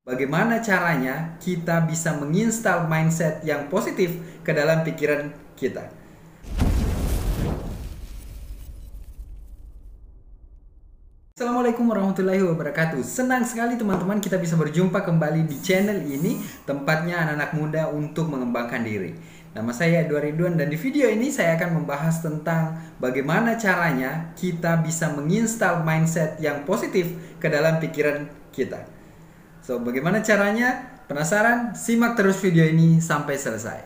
Bagaimana caranya kita bisa menginstal mindset yang positif ke dalam pikiran kita? Assalamualaikum warahmatullahi wabarakatuh. Senang sekali teman-teman kita bisa berjumpa kembali di channel ini, tempatnya anak-anak muda untuk mengembangkan diri. Nama saya Edward Ridwan dan di video ini saya akan membahas tentang bagaimana caranya kita bisa menginstal mindset yang positif ke dalam pikiran kita. So, bagaimana caranya? Penasaran? Simak terus video ini sampai selesai.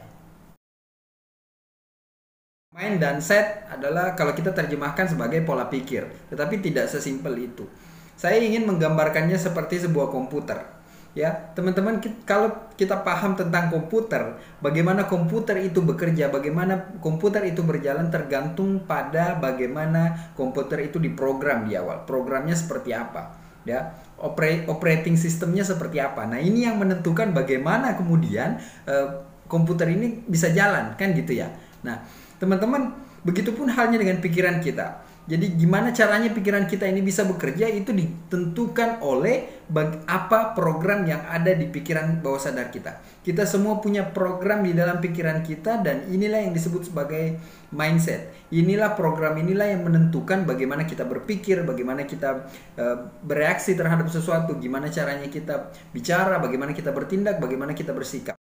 Mind dan set adalah kalau kita terjemahkan sebagai pola pikir, tetapi tidak sesimpel itu. Saya ingin menggambarkannya seperti sebuah komputer. Ya, teman-teman, kalau kita paham tentang komputer, bagaimana komputer itu bekerja, bagaimana komputer itu berjalan tergantung pada bagaimana komputer itu diprogram di awal. Programnya seperti apa? Ya, operating sistemnya seperti apa. Nah, ini yang menentukan bagaimana kemudian komputer ini bisa jalan, kan gitu ya. Nah, teman-teman, begitupun halnya dengan pikiran kita. Jadi gimana caranya pikiran kita ini bisa bekerja itu ditentukan oleh apa program yang ada di pikiran bawah sadar kita. Kita semua punya program di dalam pikiran kita dan inilah yang disebut sebagai mindset. Inilah program inilah yang menentukan bagaimana kita berpikir, bagaimana kita bereaksi terhadap sesuatu, gimana caranya kita bicara, bagaimana kita bertindak, bagaimana kita bersikap.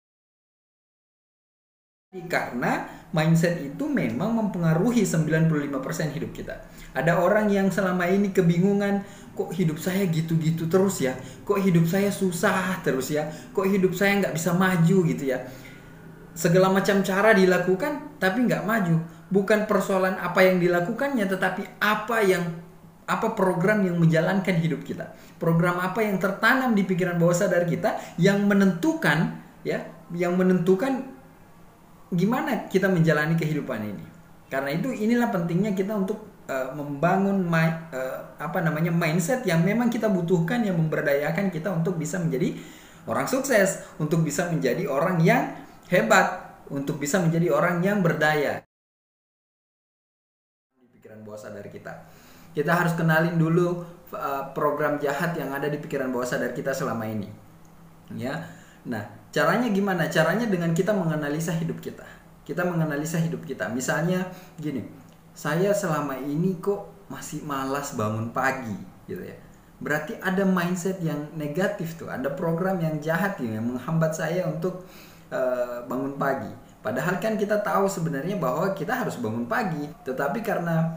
Karena mindset itu memang mempengaruhi 95% hidup kita. Ada orang yang selama ini kebingungan, kok hidup saya gitu-gitu terus ya, kok hidup saya susah terus ya, kok hidup saya nggak bisa maju gitu ya. Segala macam cara dilakukan tapi nggak maju. Bukan persoalan apa yang dilakukannya, tetapi apa program yang menjalankan hidup kita. Program apa yang tertanam di pikiran bawah sadar kita yang menentukan gimana kita menjalani kehidupan ini. Karena itu inilah pentingnya kita untuk membangun mindset yang memang kita butuhkan, yang memberdayakan kita untuk bisa menjadi orang sukses, untuk bisa menjadi orang yang hebat, untuk bisa menjadi orang yang berdaya di pikiran bawah sadar kita. Kita harus kenalin dulu program jahat yang ada di pikiran bawah sadar kita selama ini. Ya. Nah, caranya gimana? Caranya dengan kita menganalisa hidup kita. Kita menganalisa hidup kita. Misalnya gini, saya selama ini kok masih malas bangun pagi gitu ya. Berarti ada mindset yang negatif tuh, ada program yang jahat yang menghambat saya untuk bangun pagi. Padahal kan kita tahu sebenarnya bahwa kita harus bangun pagi, tetapi karena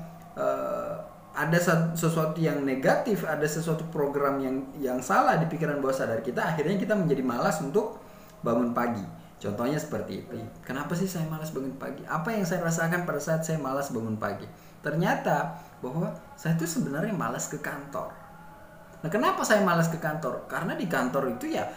ada sesuatu yang negatif, ada sesuatu program yang salah di pikiran bawah sadar kita, akhirnya kita menjadi malas untuk bangun pagi. Contohnya seperti itu. Kenapa sih saya malas bangun pagi? Apa yang saya rasakan pada saat saya malas bangun pagi? Ternyata bahwa saya itu sebenarnya malas ke kantor. Nah, kenapa saya malas ke kantor? Karena di kantor itu ya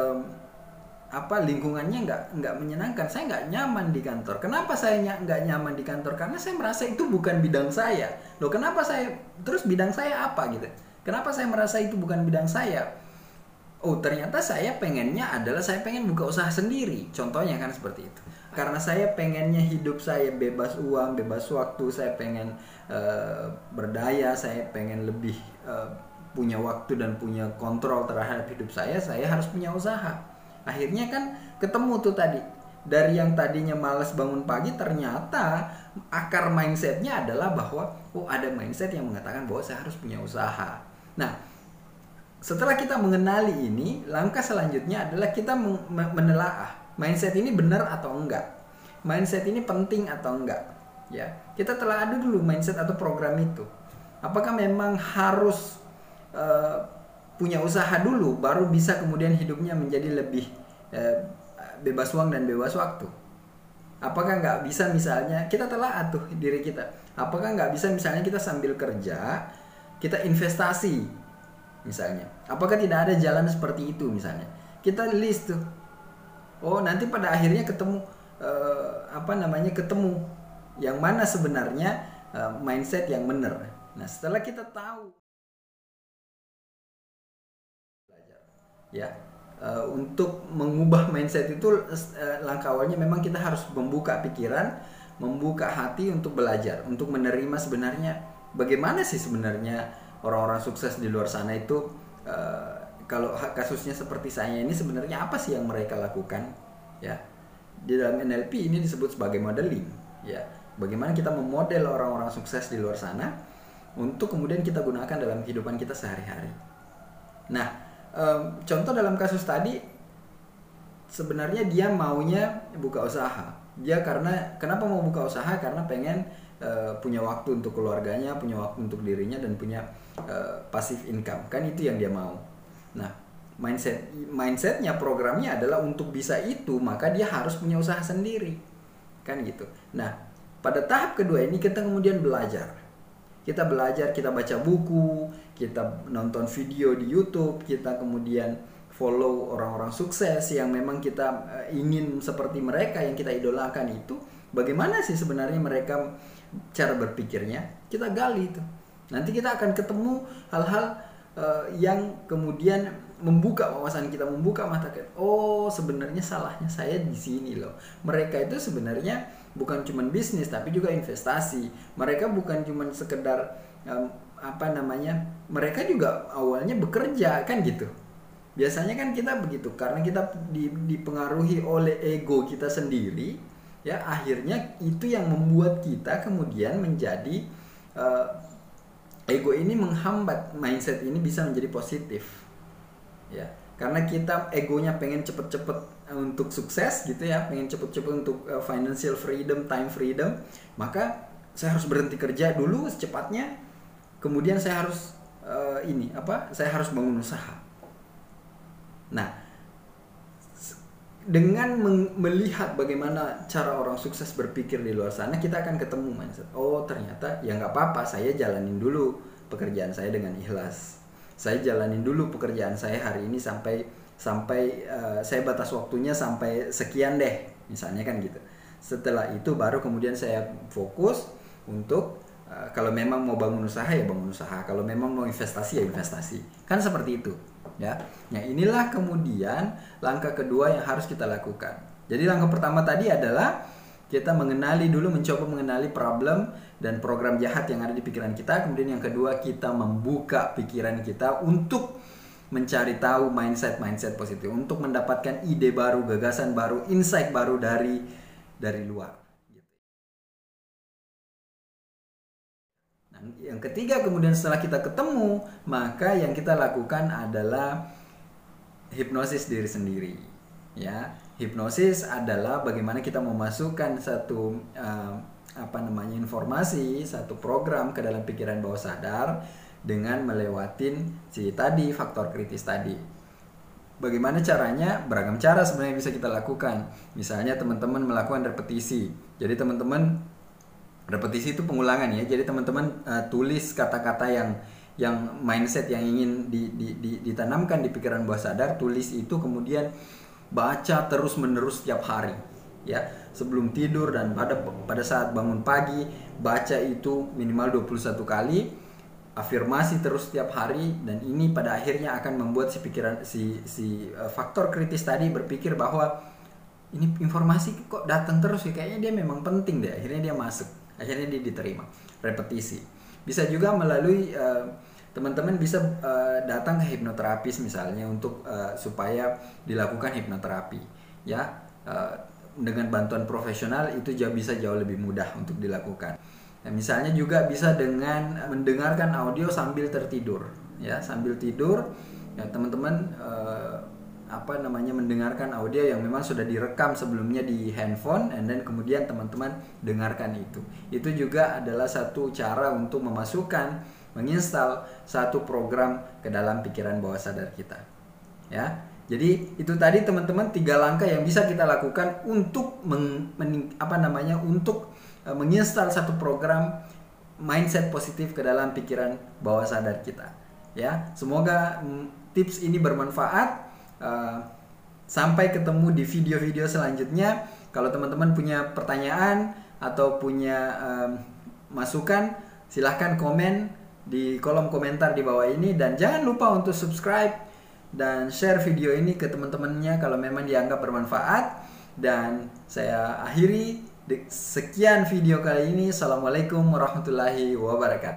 lingkungannya nggak menyenangkan. Saya nggak nyaman di kantor. Kenapa saya nggak nyaman di kantor? Karena saya merasa itu bukan bidang saya. Loh, kenapa saya terus bidang saya apa gitu? Kenapa saya merasa itu bukan bidang saya? Oh, ternyata saya pengennya adalah saya pengen buka usaha sendiri. Contohnya kan seperti itu. Karena saya pengennya hidup saya bebas uang, bebas waktu, saya pengen berdaya, saya pengen lebih punya waktu dan punya kontrol terhadap hidup saya harus punya usaha. Akhirnya kan ketemu tuh tadi. Dari yang tadinya malas bangun pagi, ternyata akar mindsetnya adalah bahwa ada mindset yang mengatakan bahwa saya harus punya usaha. Nah, setelah kita mengenali ini, langkah selanjutnya adalah kita menelaah mindset ini benar atau enggak, mindset ini penting atau enggak. Ya, kita telah ada dulu mindset atau program itu. Apakah memang harus punya usaha dulu baru bisa kemudian hidupnya menjadi lebih bebas uang dan bebas waktu? Apakah nggak bisa misalnya kita telah atur diri kita? Apakah nggak bisa misalnya kita sambil kerja kita investasi misalnya? Apakah tidak ada jalan seperti itu misalnya? Kita list tuh. Oh, nanti pada akhirnya ketemu ketemu yang mana sebenarnya mindset yang benar. Nah, setelah kita tahu ya, untuk mengubah mindset itu langkah awalnya memang kita harus membuka pikiran, membuka hati untuk belajar, untuk menerima sebenarnya bagaimana sih sebenarnya orang-orang sukses di luar sana itu kalau kasusnya seperti saya ini sebenarnya apa sih yang mereka lakukan, ya. Di dalam NLP ini disebut sebagai modeling, ya. Bagaimana kita memodel orang-orang sukses di luar sana untuk kemudian kita gunakan dalam kehidupan kita sehari-hari. Nah, contoh dalam kasus tadi, sebenarnya dia maunya buka usaha. Dia kenapa mau buka usaha? Karena pengen punya waktu untuk keluarganya, punya waktu untuk dirinya, dan punya passive income. Kan itu yang dia mau. Nah, mindsetnya, programnya adalah untuk bisa itu maka dia harus punya usaha sendiri, kan gitu. Nah, pada tahap kedua ini kita kemudian belajar, kita baca buku, kita nonton video di YouTube, kita kemudian follow orang-orang sukses yang memang kita ingin seperti mereka, yang kita idolakan itu. Bagaimana sih sebenarnya mereka cara berpikirnya? Kita gali itu. Nanti kita akan ketemu hal-hal yang kemudian membuka wawasan kita, membuka mata kita. Oh, sebenarnya salahnya saya di sini loh. Mereka itu sebenarnya bukan cuma bisnis tapi juga investasi. Mereka bukan cuma sekedar mereka juga awalnya bekerja, kan gitu. Biasanya kan kita begitu, karena kita dipengaruhi oleh ego kita sendiri, ya, akhirnya itu yang membuat kita kemudian menjadi ego ini menghambat mindset ini bisa menjadi positif, ya, karena kita egonya pengen cepet-cepet untuk sukses gitu ya, pengen cepet-cepet untuk financial freedom, time freedom, maka saya harus berhenti kerja dulu secepatnya, kemudian saya harus saya harus bangun usaha. Nah, dengan melihat bagaimana cara orang sukses berpikir di luar sana, kita akan ketemu mindset. Oh, ternyata ya nggak apa-apa, saya jalanin dulu pekerjaan saya dengan ikhlas. Saya jalanin dulu pekerjaan saya hari ini sampai saya batas waktunya sampai sekian deh, misalnya kan gitu. Setelah itu baru kemudian saya fokus untuk kalau memang mau bangun usaha ya bangun usaha, kalau memang mau investasi ya investasi. Kan seperti itu. Ya, nah inilah kemudian langkah kedua yang harus kita lakukan. Jadi langkah pertama tadi adalah kita mencoba mengenali problem dan program jahat yang ada di pikiran kita. Kemudian yang kedua, kita membuka pikiran kita untuk mencari tahu mindset positif, untuk mendapatkan ide baru, gagasan baru, insight baru dari luar. Yang ketiga, kemudian setelah kita ketemu, maka yang kita lakukan adalah hipnosis diri sendiri. Ya, hipnosis adalah bagaimana kita memasukkan satu informasi, satu program ke dalam pikiran bawah sadar dengan melewatin faktor kritis tadi. Bagaimana caranya? Beragam cara sebenarnya bisa kita lakukan. Misalnya teman-teman melakukan repetisi. Jadi teman-teman, repetisi itu pengulangan ya. Jadi teman-teman tulis kata-kata yang mindset yang ingin ditanamkan di pikiran bawah sadar, tulis itu, kemudian baca terus-menerus setiap hari. Ya, sebelum tidur dan pada saat bangun pagi, baca itu minimal 21 kali. Afirmasi terus setiap hari, dan ini pada akhirnya akan membuat faktor kritis tadi berpikir bahwa ini informasi kok datang terus ya, kayaknya dia memang penting deh. Akhirnya dia masuk. Akhirnya dia diterima. Repetisi. Bisa juga melalui teman-teman bisa datang ke hipnoterapis misalnya untuk supaya dilakukan hipnoterapi. Ya, dengan bantuan profesional itu bisa jauh lebih mudah untuk dilakukan. Nah, misalnya juga bisa dengan mendengarkan audio sambil tertidur. Ya, sambil tidur, ya, teman-teman mendengarkan audio yang memang sudah direkam sebelumnya di handphone, and then kemudian teman-teman dengarkan itu. Itu juga adalah satu cara untuk menginstal satu program ke dalam pikiran bawah sadar kita. Ya. Jadi itu tadi teman-teman 3 langkah yang bisa kita lakukan untuk menginstal satu program mindset positif ke dalam pikiran bawah sadar kita. Ya, semoga tips ini bermanfaat. Sampai ketemu di video-video selanjutnya. Kalau teman-teman punya pertanyaan atau punya masukan, silahkan komen di kolom komentar di bawah ini, dan jangan lupa untuk subscribe dan share video ini ke teman-temannya kalau memang dianggap bermanfaat. Dan saya akhiri sekian video kali ini. Assalamualaikum warahmatullahi wabarakatuh.